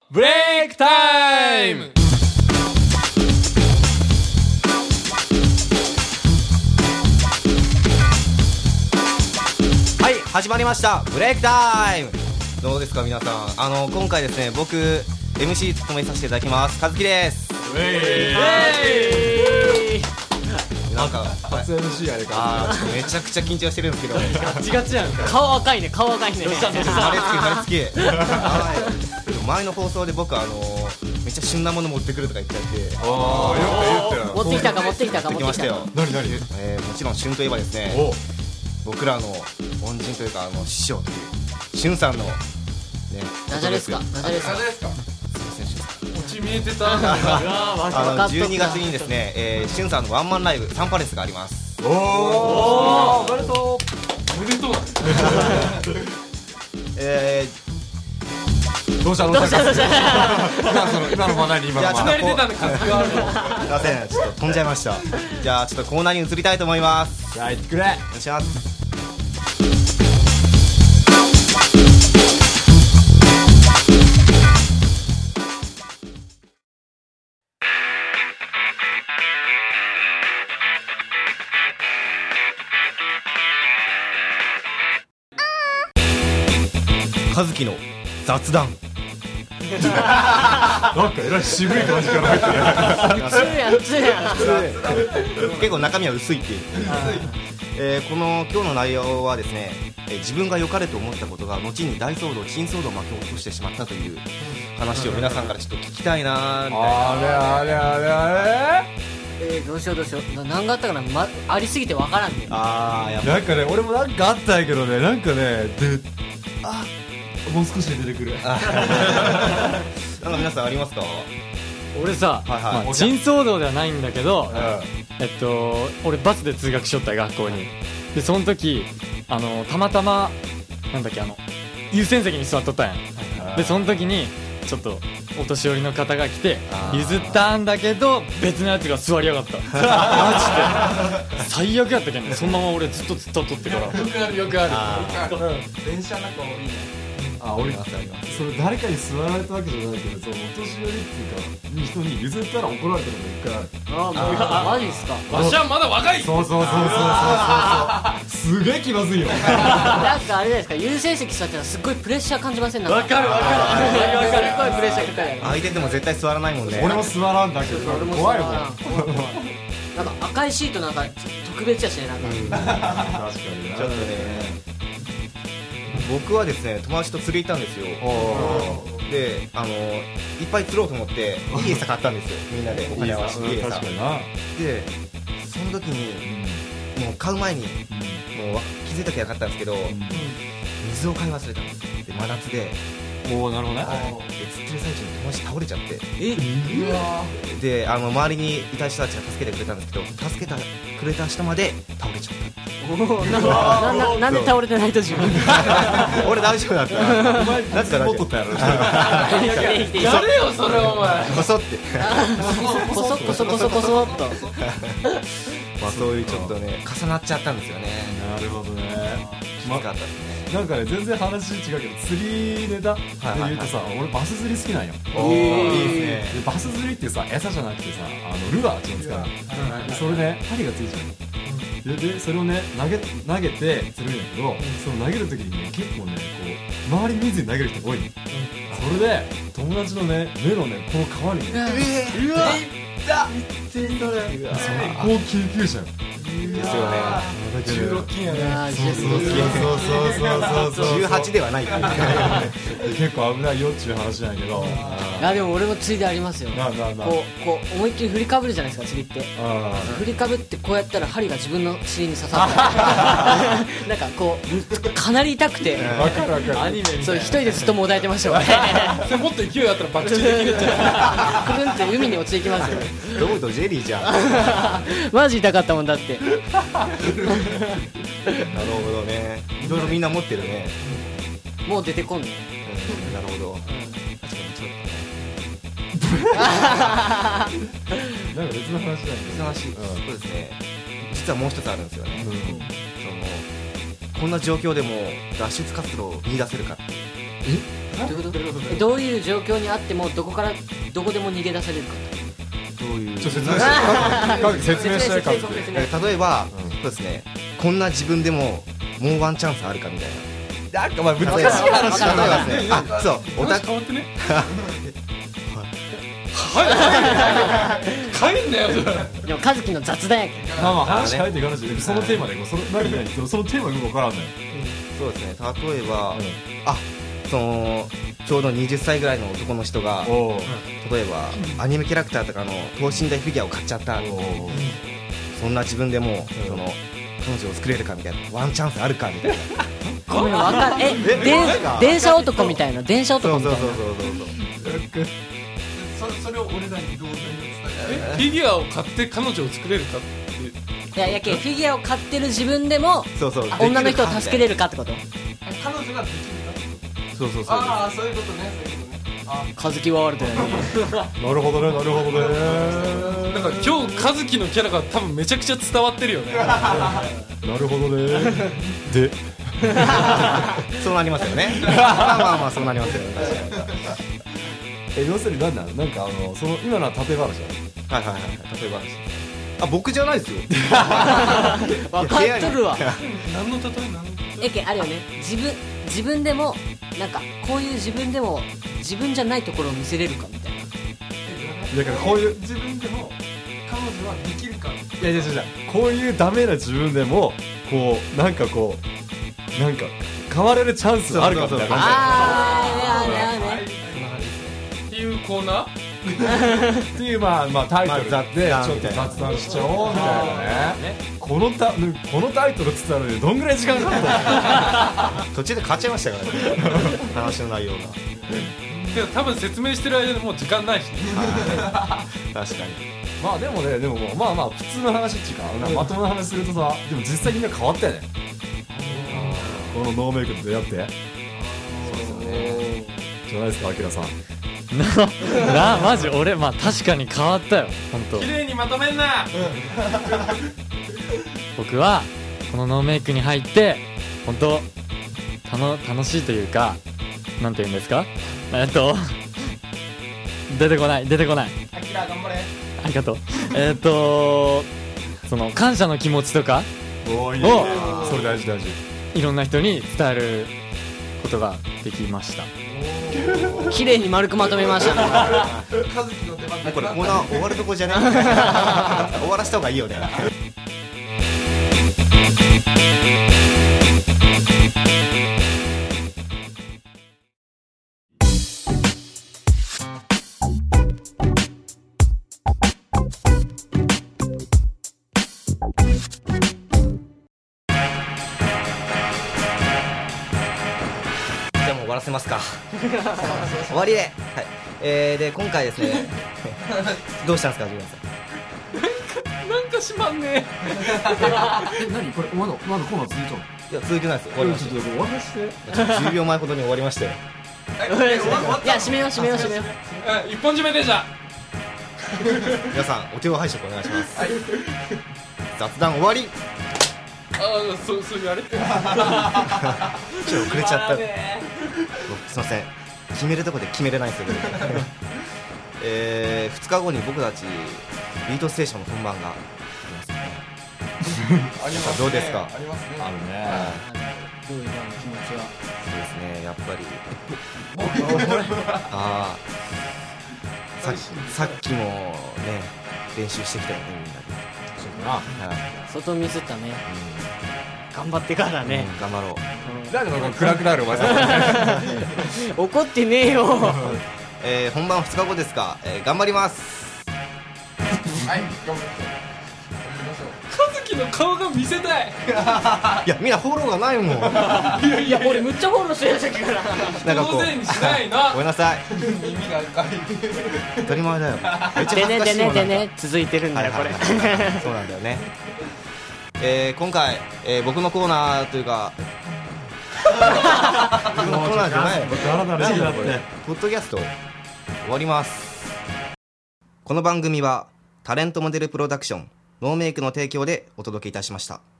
ブレイクタイム。 はい、始まりましたブレイクタイム。どうですか皆さん。今回ですね、僕 MC 務めさせていただきます、和樹です。なんか初 MC やねか。 めちゃくちゃ緊張してるんですけどガチガチやんか。顔赤いね、顔赤いね。 晴れつき前の放送で僕めっちゃ旬なもの持ってくるとか言っちゃって、 よく言ってた。持ってきた持ってきましたよ。 何もちろん旬といえばですね、僕らの恩人というか師匠という旬さんのね、 ダジャレですか。 オチ見えてた。 12月にですね、しゅんさんのワンマンライブサンパレスがあります。 おめでとう。どうした今のまま何今のまま。 すいません、ちょっと飛んじゃいました。じゃあちょっとコーナーに移りたいと思います。 じゃあ行ってくれ。 お願いします。和樹の雑談。 なんかえらい渋い感じから入ってつや結構中身は薄いっていう、今日の内容はですね、自分が良かれと思ったことが後に大騒動、珍騒動を巻き起こしてしまったという話を皆さんからちょっと聞きたいなーみたいな。 あれどうしよう何があったかな、ありすぎてわからんね。 なんかね、俺もなんかあったんやけどね、なんかね、でもう少しで出てくる。 なんか皆さんありますか？ 俺さ、珍騒動ではないんだけど、俺バスで通学しよった学校に。でその時たまたまなんだっけ、優先席に座っとったんや。でその時にちょっとお年寄りの方が来て譲ったんだけど、別のやつが座りやがった。マジで最悪やったけんね。そのまま俺ずっと突っ立っとってから。よくある。 電車の中多いね。俺それ誰かに座られたわけじゃないけど、そのお年寄りっていうか人に譲ったら怒られたことが一回ある。 マジっすか。 わしはまだ若い。そうすげえ気まずいよ。 なんかあれじゃないですか、優先席座ってたらすっごいプレッシャー感じません？わかる。すっごいプレッシャーかかる。 相手でも絶対座らないもんね。 俺も座らんだけど怖いもん。 なんか赤いシートなんか特別やしね、なんか。 確かにちょっとね、僕はですね、友達と釣り行ったんですよ。で、いっぱい釣ろうと思っていい餌買ったんですよ。みんなでお金合わせていい餌で、その時にもう買う前にもう気づいたきゃよかったんですけど、水を買い忘れたんです。で真夏で、 なるほどね。 で釣ってる最中に友達倒れちゃって、で周りにいた人たちが助けてくれたんですけど、助けてくれた人まで倒れちゃった。 なんで倒れてないと自分。 俺大丈夫だった。 お前なぜか大丈夫。 やれよそれお前。 こそってこそっと。 そういうちょっとね、重なっちゃったんですよね。 なるほどね。 きつかったですね。 なんかね、全然話違うけど、釣りネタで言うとさ、俺バス釣り好きなんよ。 いいですね。 バス釣りってさ、餌じゃなくてさ、ルアーっていうんですか。それね、針がついちゃうの。でそれをね、投げて釣るんやけど、その投げる時にね、結構ね、こう周り見ずに投げる人多いの。それで友達のね、目のね、この川にね、うわっ、高級救車ですよね。 16金やね。 そう18ではない。 結構危ないよっていう話なんやけど。 いやでも俺も釣りでありますよ。こう思いっきり振りかぶるじゃないですか、釣りって。振りかぶってこうやったら針が自分の尻に刺さってなんかこうかなり痛くて、 わかるアニメみたいな。そう、一人でずっともだえてましたよね。 それもっと勢いあったらバッチリできるって。 くるんって海に落ちていきますよ。 ロボとジェリーじゃん。 マジ痛かったもんだって。 なるほどね。いろいろみんな持ってるね。 もう出てこんね。 なるほど。確かにちょっなんか別の話なんだけど。 別の話。そうですね。実はもう一つあるんですよね。こんな状況でも脱出活動を見出せるかっていう。 どういう状況にあってもどこからどこでも逃げ出されるか。 どういう説明したいか例えば、そうですね、こんな自分でももうワンチャンスあるかみたいな。 なんかまあ難しい話例えばですね、あ、そう、 お互い変わってね帰んなよ。 でも和樹の雑談やけん。 まあ話変えていかないし、そのテーマでそのテーマが分からんね。 そうですね、例えば、そのちょうど20歳ぐらいの男の人が、例えばアニメキャラクターとかの等身大フィギュアを買っちゃった。そんな自分でもその彼女を作れるかみたいな、ワンチャンスあるかみたいな。 ごめん、わかん電車男みたいな、電車男みたいな。 それを俺らにどう伝える？フィギュアを買って彼女を作れるかって。 いややけん、フィギュアを買ってる自分でも女の人を助けれるかってこと。 彼女ができるかってこと。 そうああ、そういうことね、そういうことね。 和樹ワールドやね。 なるほどね、なるほどね。 だから今日和樹のキャラが多分めちゃくちゃ伝わってるよね。 なるほどね。でそうなりますよね。まあそうなりますよね。 要するに何なの？なんかその今のは例え話だ。 はい、例え話。あ、僕じゃないですよ。 分かっとるわ。 何の例え？ やけんあれよね、自分でもなんかこういう自分でも自分じゃないところを見せれるかみたいな。 だからこういう自分でも彼女はできるか。 いやこういうダメな自分でもこうなんか変われるチャンスあるかみたいな感じ。 っていうコーナーっていうまあタイトルでちょっと雑談しちゃおうみたいなね。このタイトルつったのにどんぐらい時間かかった？ 途中で変わっちゃいましたからね。話の内容が。 けど多分説明してる間でもう時間ないしね。 確かに。 まあでもまあ普通の話っていうかまともな話するとさ、でも実際みんな変わったよね。このノーメイクと出会って。そうですよね。じゃないですか、アキラさん。 マジ俺確かに変わったよ、本当。 綺麗にまとめんな。 僕はこのノーメイクに入って本当楽しいというか、なんて言うんですか、出てこない。 アキラ頑張れ。 ありがとう。その感謝の気持ちとかをそれ大事いろんな人に伝えることができました。 綺麗に丸くまとめましたね。 和樹の出番だ。 これコーナー終わるとこじゃない？終わらせた方がいいよね。終わらせますか。終わりで、はい。で今回ですね、どうしたんですか、ジュニアさん。 なんかしまんねえ。何これまだコーナー続いちゃうの？ いや、続いてないです。終わりました。 終わらせて。 10秒前ほどに終わりましたよ。 いや、締めよう。 一本締めでじゃ。 皆さんお手を拝借お願いします。雑談終わり。 そう言われて。 ちょっと遅れちゃった。すいません、決めるとこで決めれないんですよ。2日後に僕たちビートステーションの本番がありますね。どうですか？ ありますね。 あるね。 どういう気持ちは。 そうですね、やっぱりさっきもね練習してきたよね、みんなで。 そうかな。 外ミスったね。頑張ってからね。 頑張ろう。 だけど暗くなるお前さん。 怒ってねえよ。 本番2日後ですか。頑張ります。 はい、頑張りましょう。和樹の顔が見せたい。 いや、みんなフォローがないもん。 いや、俺むっちゃフォローしてるさっきから。 なんかこう、 当然にしないな。 ごめんなさい。 耳が赤い。 当たり前だよ。めっちゃ恥ずかしいもん。 でね続いてるんだよこれ。 そうなんだよね。今回、僕のコーナーというか僕のコーナーじゃない、ポッドキャスト終わります。この番組はタレントモデルプロダクションノーメイクの提供でお届けいたしました。